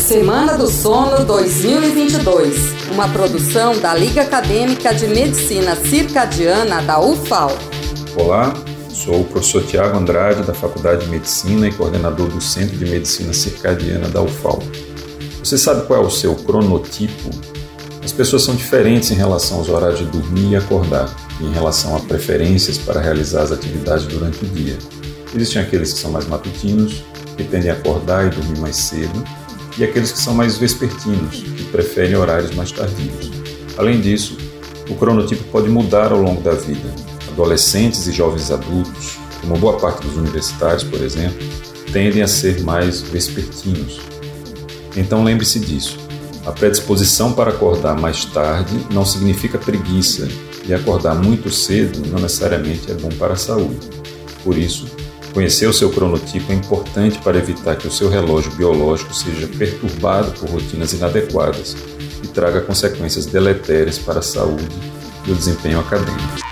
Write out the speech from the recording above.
Semana do Sono 2022, uma produção da Liga Acadêmica de Medicina Circadiana da UFAL. Olá, sou o professor Tiago Andrade, da Faculdade de Medicina e coordenador do Centro de Medicina Circadiana da UFAL. Você sabe qual é o seu cronotipo? As pessoas são diferentes em relação aos horários de dormir e acordar, e em relação a preferências para realizar as atividades durante o dia. Existem aqueles que são mais matutinos, que tendem a acordar e dormir mais cedo, e aqueles que são mais vespertinos, que preferem horários mais tardios. Além disso, o cronotipo pode mudar ao longo da vida. Adolescentes e jovens adultos, como boa parte dos universitários, por exemplo, tendem a ser mais vespertinos. Então lembre-se disso. A predisposição para acordar mais tarde não significa preguiça, e acordar muito cedo não necessariamente é bom para a saúde. Por isso, conhecer o seu cronotipo é importante para evitar que o seu relógio biológico seja perturbado por rotinas inadequadas e traga consequências deletérias para a saúde e o desempenho acadêmico.